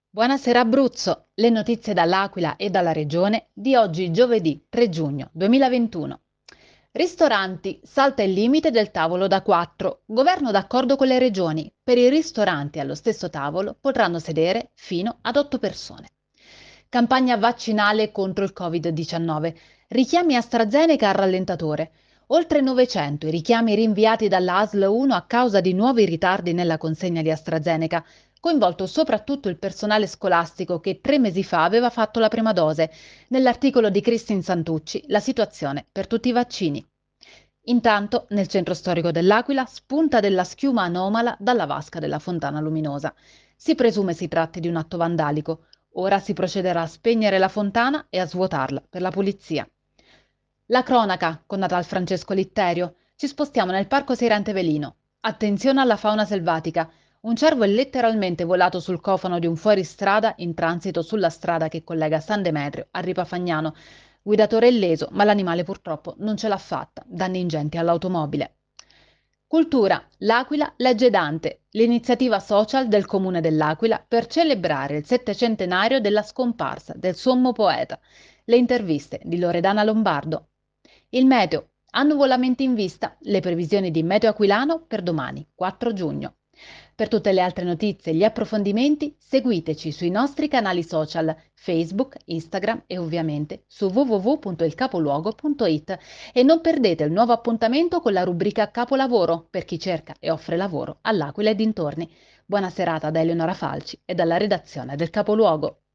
Buonasera Abruzzo, le notizie dall'Aquila e dalla regione di oggi giovedì 3 giugno 2021. Ristoranti, salta il limite del tavolo da 4. Governo d'accordo con le regioni. Per i ristoranti allo stesso tavolo potranno sedere fino ad 8 persone. Campagna vaccinale contro il Covid-19. Richiami AstraZeneca al rallentatore. Oltre 900 i richiami rinviati dalla ASL 1 a causa di nuovi ritardi nella consegna di AstraZeneca, coinvolto soprattutto il personale scolastico che 3 mesi fa aveva fatto la prima dose. Nell'articolo di Cristin Santucci, la situazione per tutti i vaccini. Intanto, nel centro storico dell'Aquila spunta della schiuma anomala dalla vasca della Fontana Luminosa. Si presume si tratti di un atto vandalico. Ora si procederà a spegnere la fontana e a svuotarla per la pulizia. La cronaca con Natal Francesco Litterio. Ci spostiamo nel Parco Seirante Velino. Attenzione alla fauna selvatica. Un cervo è letteralmente volato sul cofano di un fuoristrada in transito sulla strada che collega San Demetrio a Ripafagnano. Guidatore illeso, ma l'animale purtroppo non ce l'ha fatta. Danni ingenti all'automobile. Cultura. L'Aquila legge Dante, l'iniziativa social del Comune dell'Aquila per celebrare il settecentenario della scomparsa del sommo poeta. Le interviste di Loredana Lombardo. Il meteo. Annuvolamenti in vista, le previsioni di Meteo Aquilano per domani, 4 giugno. Per tutte le altre notizie e gli approfondimenti, seguiteci sui nostri canali social, Facebook, Instagram e ovviamente su www.ilcapoluogo.it e non perdete il nuovo appuntamento con la rubrica Capolavoro per chi cerca e offre lavoro all'Aquila e dintorni. Buona serata da Eleonora Falci e dalla redazione del Capoluogo.